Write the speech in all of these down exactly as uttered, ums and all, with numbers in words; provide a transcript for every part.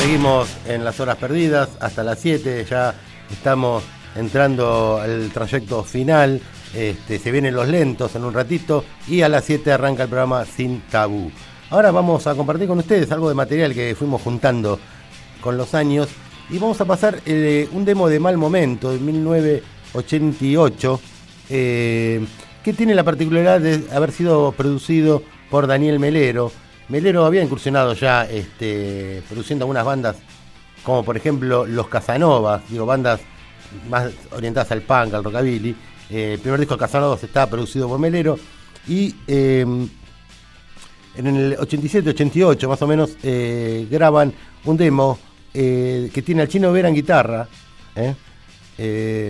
Seguimos en las horas perdidas hasta las siete, ya estamos entrando al trayecto final, este, se vienen los lentos en un ratito y a las siete arranca el programa Sin Tabú. Ahora vamos a compartir con ustedes algo de material que fuimos juntando con los años y vamos a pasar eh, un demo de Mal Momento de mil novecientos ochenta y ocho eh, que tiene la particularidad de haber sido producido por Daniel Melero. Melero había incursionado ya este, produciendo algunas bandas como por ejemplo Los Casanovas, digo bandas más orientadas al punk, al rockabilly. Eh, el primer disco de Casanovas está producido por Melero y eh, en el ochenta y siete ochenta y ocho más o menos eh, graban un demo eh, que tiene al Chino Vera en guitarra, ¿eh? Eh,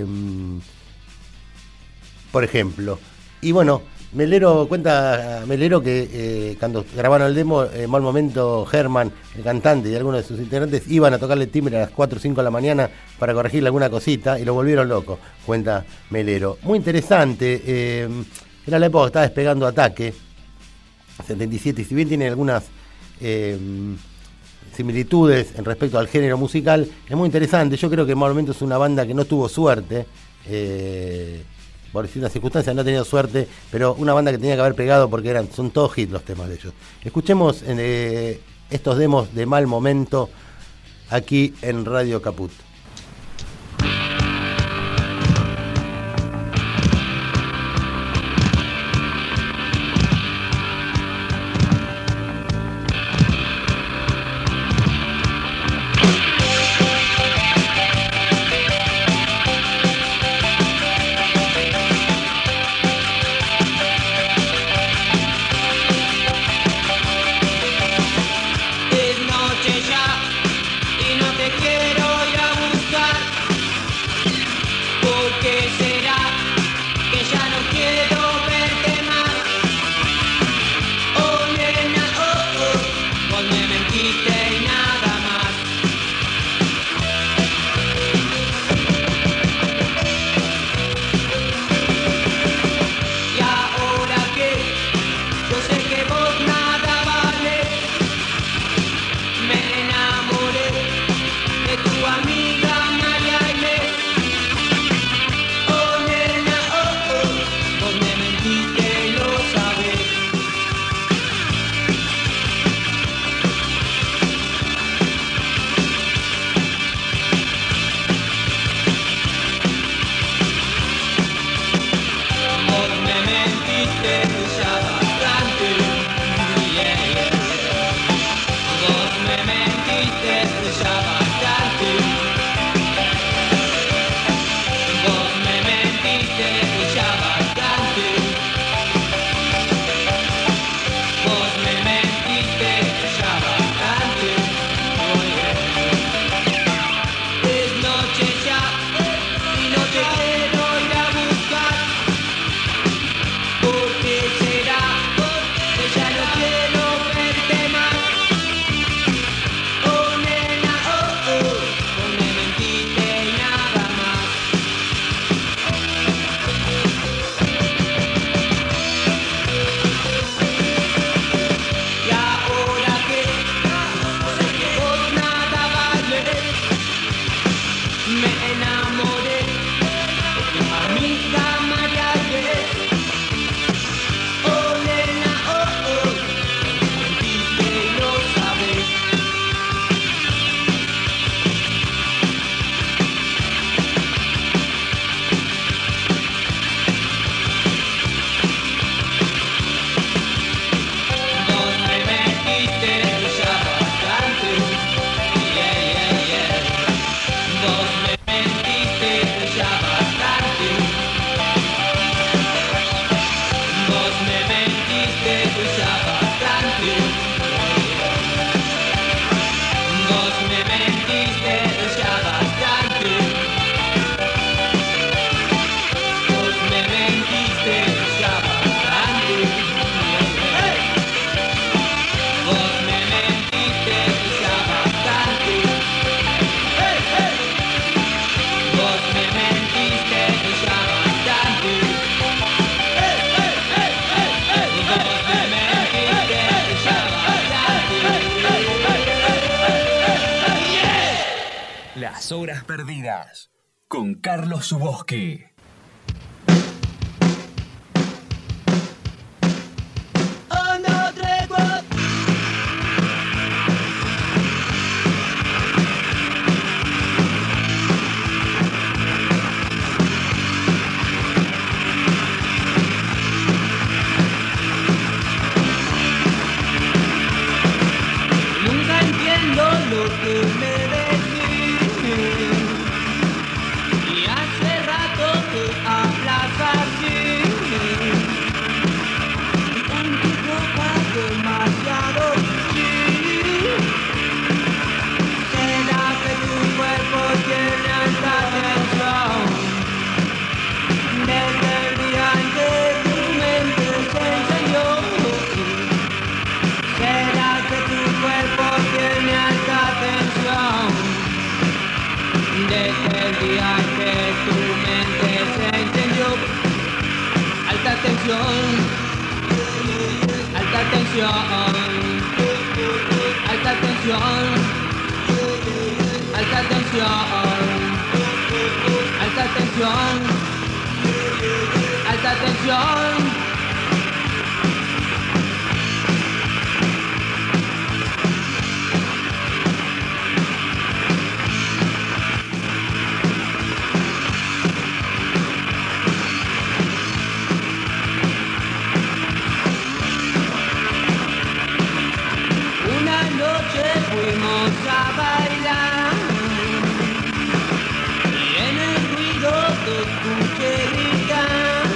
por ejemplo. Y bueno, Melero cuenta Melero que eh, cuando grabaron el demo, eh, Mal Momento, Germán, el cantante y algunos de sus integrantes iban a tocarle timbre a las cuatro o cinco de la mañana para corregirle alguna cosita y lo volvieron loco, cuenta Melero. Muy interesante, eh, era la época que estaba despegando Ataque, setenta y siete, y si bien tiene algunas eh, similitudes en respecto al género musical, es muy interesante. Yo creo que Mal Momento es una banda que no tuvo suerte, eh, por distintas circunstancias no ha tenido suerte, pero una banda que tenía que haber pegado porque eran son todos hits los temas de ellos. Escuchemos eh, estos demos de Mal Momento aquí en Radio Caput. Las horas perdidas con Carlos Zuboski. Nunca entiendo lo que me decís y hace rato que hablas así. Un tipo demasiado chill. ¿Será que tu cuerpo tiene alta tensión? Desde el día en que tu mente se encendió. ¿Será que tu cuerpo tiene alta tensión? Desde el día en que tu mente se encendió. Alta tensión, alta tensión, alta tensión, alta tensión, alta tensión, alta tensión. Una noche fuimos a bailar y en el ruido te escuché gritar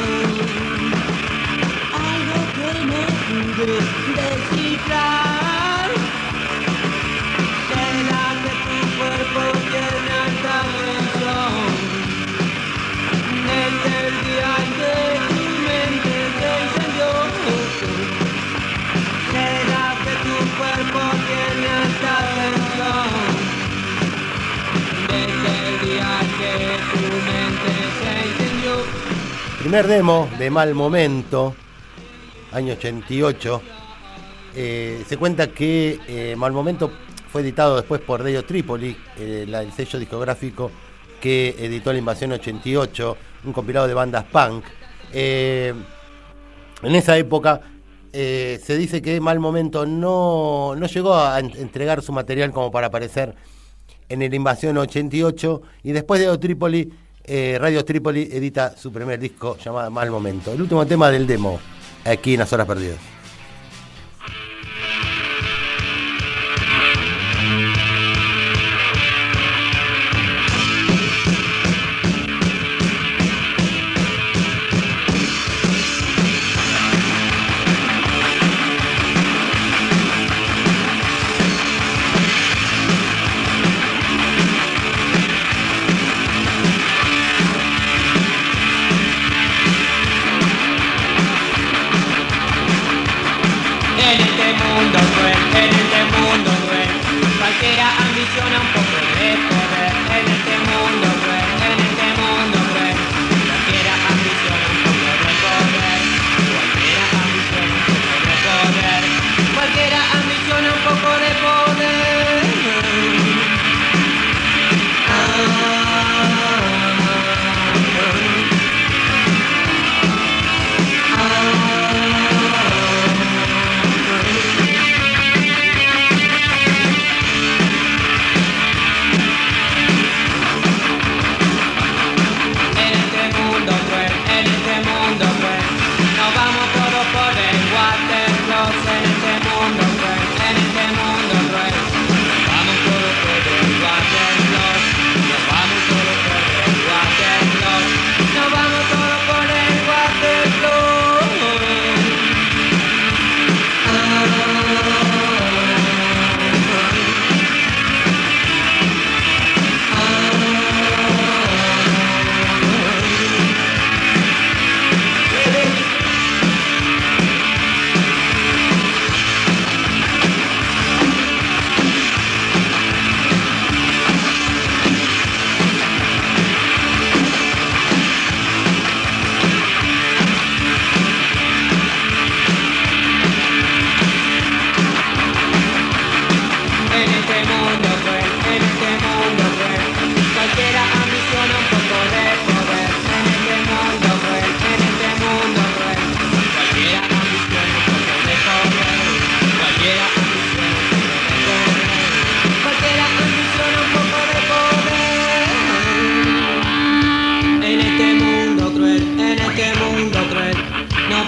algo que no pude descifrar. ¿Será que tu cuerpo tiene alta tensión? Desde el día en que tu mente se encendió. ¿Será que tu cuerpo tiene alta tensión? Desde el día que tu mente se encendió. Primer demo de Mal Momento, año ochenta y ocho. Eh, se cuenta que eh, Mal Momento fue editado después por Radio Tripoli, eh, la, el sello discográfico que editó La Invasión ochenta y ocho, un compilado de bandas punk. Eh, en esa época eh, se dice que Mal Momento no, no llegó a en- entregar su material como para aparecer en el Invasión ochenta y ocho, y después de Radio Tripoli, eh, Radio Tripoli edita su primer disco llamado Mal Momento. El último tema del demo, aquí en Las Horas Perdidas. Alta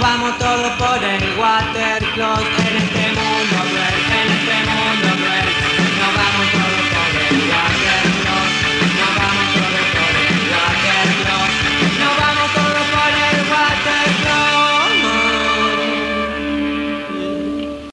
vamos todos por el water close.